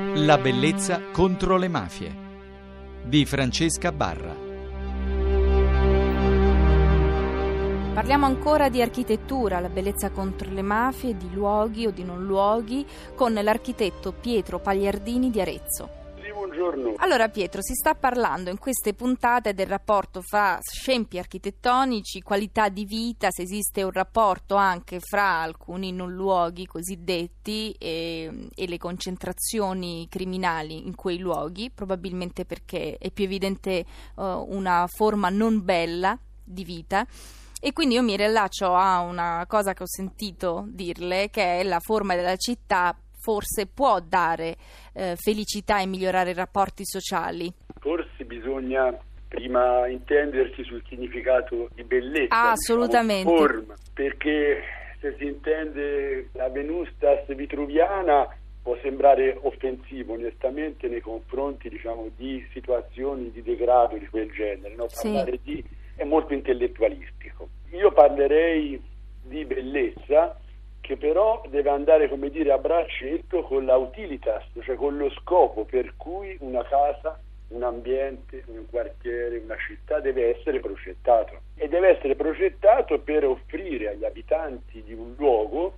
La bellezza contro le mafie di Francesca Barra. Parliamo ancora di architettura, la bellezza contro le mafie, di luoghi o di non luoghi, con l'architetto Pietro Pagliardini di Arezzo. Buongiorno. Allora Pietro, si sta parlando in queste puntate del rapporto fra scempi architettonici, qualità di vita, se esiste un rapporto anche fra alcuni non luoghi cosiddetti e le concentrazioni criminali in quei luoghi, probabilmente perché è più evidente una forma non bella di vita. E quindi io mi rilaccio a una cosa che ho sentito dirle, che è la forma della città forse può dare felicità e migliorare i rapporti sociali. Forse bisogna prima intendersi sul significato di bellezza, assolutamente. Diciamo, forma, perché se si intende la Venustas vitruviana può sembrare offensivo onestamente nei confronti, diciamo, di situazioni di degrado di quel genere, no? Parlare di è molto intellettualistico. Io parlerei di bellezza che però deve andare, come dire, a braccetto con la utilitas, cioè con lo scopo per cui una casa, un ambiente, un quartiere, una città deve essere progettato. E deve essere progettato per offrire agli abitanti di un luogo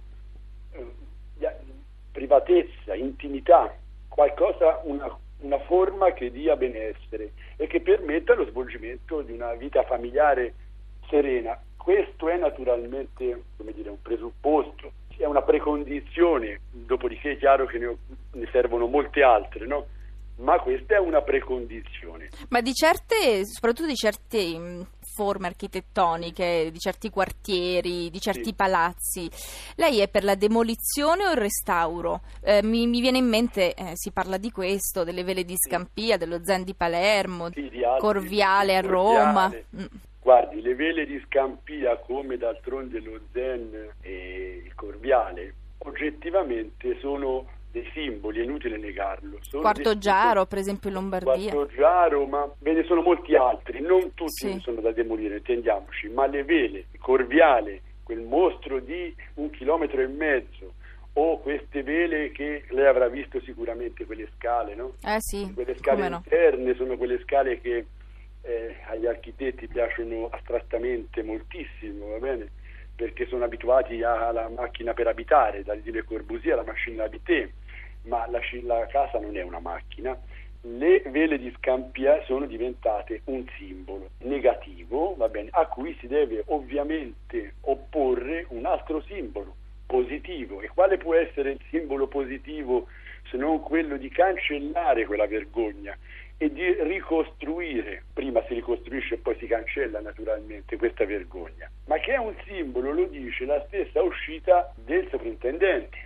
privatezza, intimità, qualcosa, una forma che dia benessere e che permetta lo svolgimento di una vita familiare serena. Questo è naturalmente, come dire, un presupposto, è una precondizione, dopodiché è chiaro che ne servono molte altre, no? Ma questa è una precondizione. Ma di certe, soprattutto di certe forme architettoniche, di certi quartieri, di certi palazzi, lei è per la demolizione o il restauro? Mi viene in mente, si parla di questo, delle Vele di Scampia, dello Zen di Palermo, di altri, Corviale a Roma. Guardi, le Vele di Scampia, come d'altronde lo Zen e il Corviale, oggettivamente sono dei simboli, è inutile negarlo. Quarto Giaro, per esempio in Lombardia. Quarto Giaro, ma ve ne sono molti altri, non tutti sono da demolire, intendiamoci, ma le Vele, il Corviale, quel mostro di 1,5 chilometri, o queste vele che lei avrà visto sicuramente, quelle scale, no? Sì, quelle scale interne, sono quelle scale che agli architetti piacciono astrattamente moltissimo, va bene? Perché sono abituati alla macchina per abitare, da Le Corbusier alla machine habitée, ma la casa non è una macchina. Le Vele di Scampia sono diventate un simbolo negativo, va bene, a cui si deve ovviamente opporre un altro simbolo positivo. E quale può essere il simbolo positivo se non quello di cancellare quella vergogna e di ricostruire, prima si ricostruisce e poi si cancella naturalmente questa vergogna, ma che è un simbolo, lo dice la stessa uscita del sovrintendente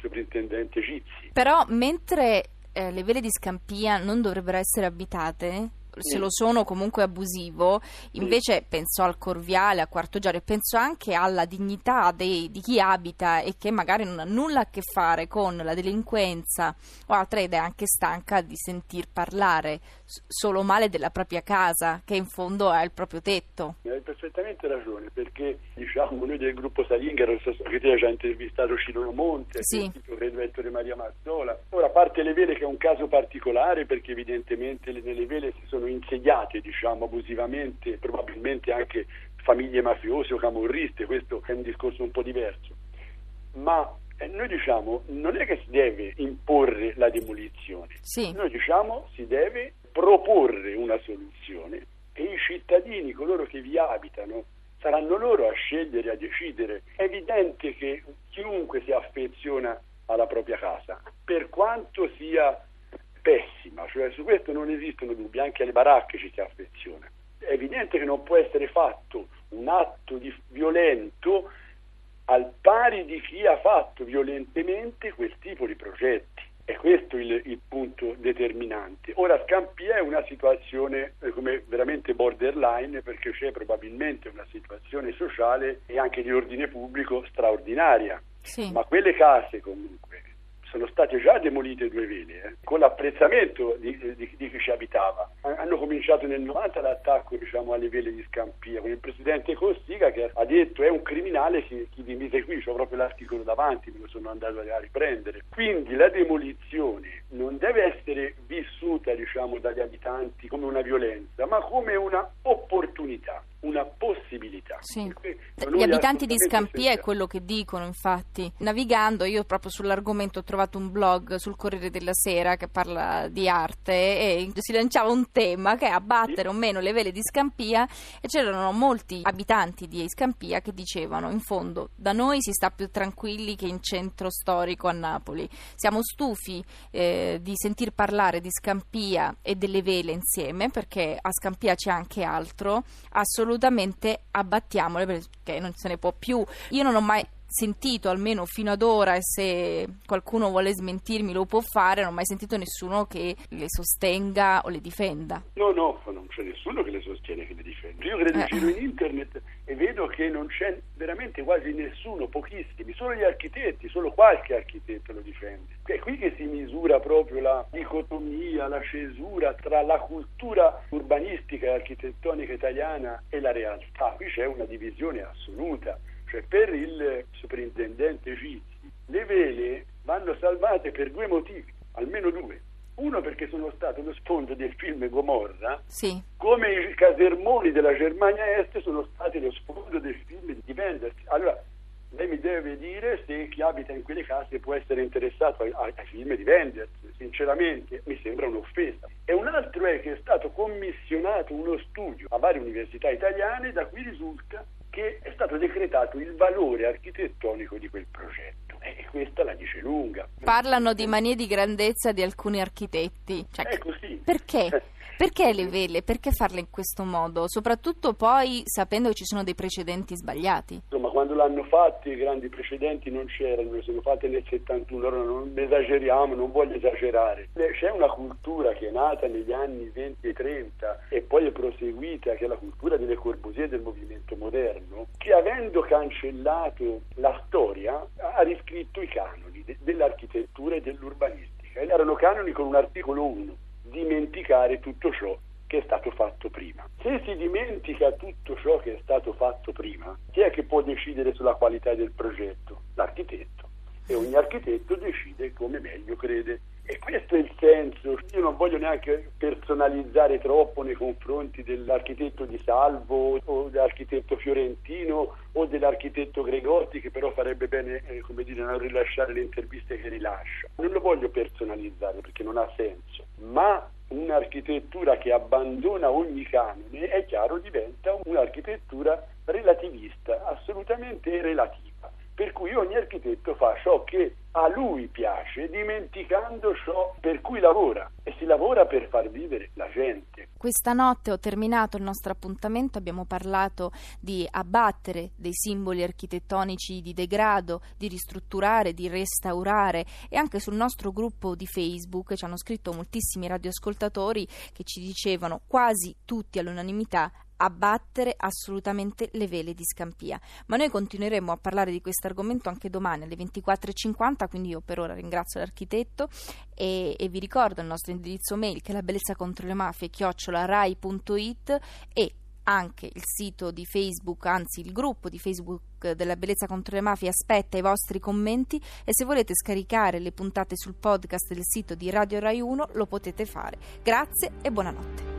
Gizzi. Però mentre le Vele di Scampia non dovrebbero essere abitate, se lo sono comunque abusivo, invece penso al Corviale, a Quarto Giaro e penso anche alla dignità di chi abita e che magari non ha nulla a che fare con la delinquenza o altre, ed è anche stanca di sentir parlare solo male della propria casa, che in fondo ha il proprio tetto. Hai perfettamente ragione, perché diciamo noi del gruppo Salingaro, so che te hai già intervistato Ciro Monte, credo Ettore Maria Mazzola. Ora, a parte le Vele, che è un caso particolare perché evidentemente nelle Vele si sono insediate, diciamo, abusivamente, probabilmente anche famiglie mafiose o camorriste, questo è un discorso un po' diverso, ma noi diciamo non è che si deve imporre la demolizione, noi diciamo si deve proporre una soluzione e i cittadini, coloro che vi abitano, saranno loro a scegliere, a decidere. È evidente che chiunque si affeziona alla propria casa, per quanto sia pessima, cioè su questo non esistono dubbi, anche alle baracche ci si affeziona. È evidente che non può essere fatto un atto violento al pari di chi ha fatto violentemente quel tipo di progetti. È questo il punto determinante. Ora, Scampia è una situazione come veramente borderline, perché c'è probabilmente una situazione sociale e anche di ordine pubblico straordinaria, ma quelle case comunque sono state già demolite 2 Vele, con l'apprezzamento di chi ci abitava. Hanno cominciato nel 90 l'attacco, diciamo, alle Vele di Scampia, con il presidente Cossiga che ha detto è un criminale chi vi mise qui, c'ho proprio l'articolo davanti, me lo sono andato a riprendere. Quindi la demolizione non deve essere vissuta, diciamo, dagli abitanti come una violenza, ma come una opportunità, una possibilità. Sì. Gli abitanti di Scampia è quello che dicono, infatti. Navigando, io proprio sull'argomento ho trovato un blog sul Corriere della Sera che parla di arte e si lanciava un tema che è abbattere o meno le vele di Scampia, e c'erano molti abitanti di Scampia che dicevano: in fondo da noi si sta più tranquilli che in centro storico a Napoli, siamo stufi di sentir parlare di Scampia e delle vele insieme, perché a Scampia c'è anche altro, assolutamente abbattiamole perché non se ne può più. Io non ho mai sentito, almeno fino ad ora, e se qualcuno vuole smentirmi lo può fare, non ho mai sentito nessuno che le sostenga o le difenda. No, non c'è nessuno che le sostiene, che le difende. Io credo giro in internet e vedo che non c'è veramente quasi nessuno, pochissimi, solo gli architetti, solo qualche architetto lo difende. È qui che si misura proprio la dicotomia, la cesura tra la cultura urbanistica e architettonica italiana e la realtà. Qui c'è una divisione assoluta. Cioè, per il soprintendente Gizzi, le vele vanno salvate per due motivi, almeno due. Uno, perché sono stato lo sfondo del film Gomorra, sì, come i casermoni della Germania Est sono stati lo sfondo del film di Wenders. Allora, lei mi deve dire se chi abita in quelle case può essere interessato ai film di Wenders. Sinceramente mi sembra un'offesa. E un altro è che è stato commissionato uno studio a varie università italiane, da cui risulta che è stato decretato il valore architettonico di quel progetto, e questa la dice lunga. Parlano di manie di grandezza di alcuni architetti. Cioè, è così. Perché? Perché le vele? Perché farle in questo modo? Soprattutto poi sapendo che ci sono dei precedenti sbagliati. Insomma, quando l'hanno fatti i grandi precedenti non c'erano, le sono fatte nel 71, allora non esageriamo, non voglio esagerare. C'è una cultura che è nata negli anni 20 e 30 e poi è proseguita, che è la cultura delle Corbusier e del movimento moderno, che avendo cancellato la storia ha riscritto i canoni dell'architettura e dell'urbanistica. Ed erano canoni con un articolo 1. Dimenticare tutto ciò che è stato fatto prima. Se si dimentica tutto ciò che è stato fatto prima, chi è che può decidere sulla qualità del progetto? L'architetto. E ogni architetto decide come meglio crede. E questo è il senso. Io non voglio neanche personalizzare troppo nei confronti dell'architetto di Salvo o dell'architetto fiorentino o dell'architetto Gregotti, che però farebbe bene, non rilasciare le interviste che rilascia. Non lo voglio personalizzare perché non ha senso. Ma un'architettura che abbandona ogni canone, è chiaro, diventa un'architettura relativista, assolutamente relativa. Per cui ogni architetto fa ciò che a lui piace, dimenticando ciò per cui lavora, e si lavora per far vivere la gente. Questa notte ho terminato il nostro appuntamento, abbiamo parlato di abbattere dei simboli architettonici di degrado, di ristrutturare, di restaurare, e anche sul nostro gruppo di Facebook ci hanno scritto moltissimi radioascoltatori che ci dicevano quasi tutti all'unanimità: abbattere assolutamente le vele di Scampia. Ma noi continueremo a parlare di questo argomento anche domani alle 24:50, quindi io per ora ringrazio l'architetto e vi ricordo il nostro indirizzo mail, che è labellezzacontrolemafie@rai.it, e anche il sito di Facebook, anzi il gruppo di Facebook della Bellezza contro le Mafie aspetta i vostri commenti, e se volete scaricare le puntate sul podcast del sito di Radio Rai 1 lo potete fare. Grazie e buonanotte.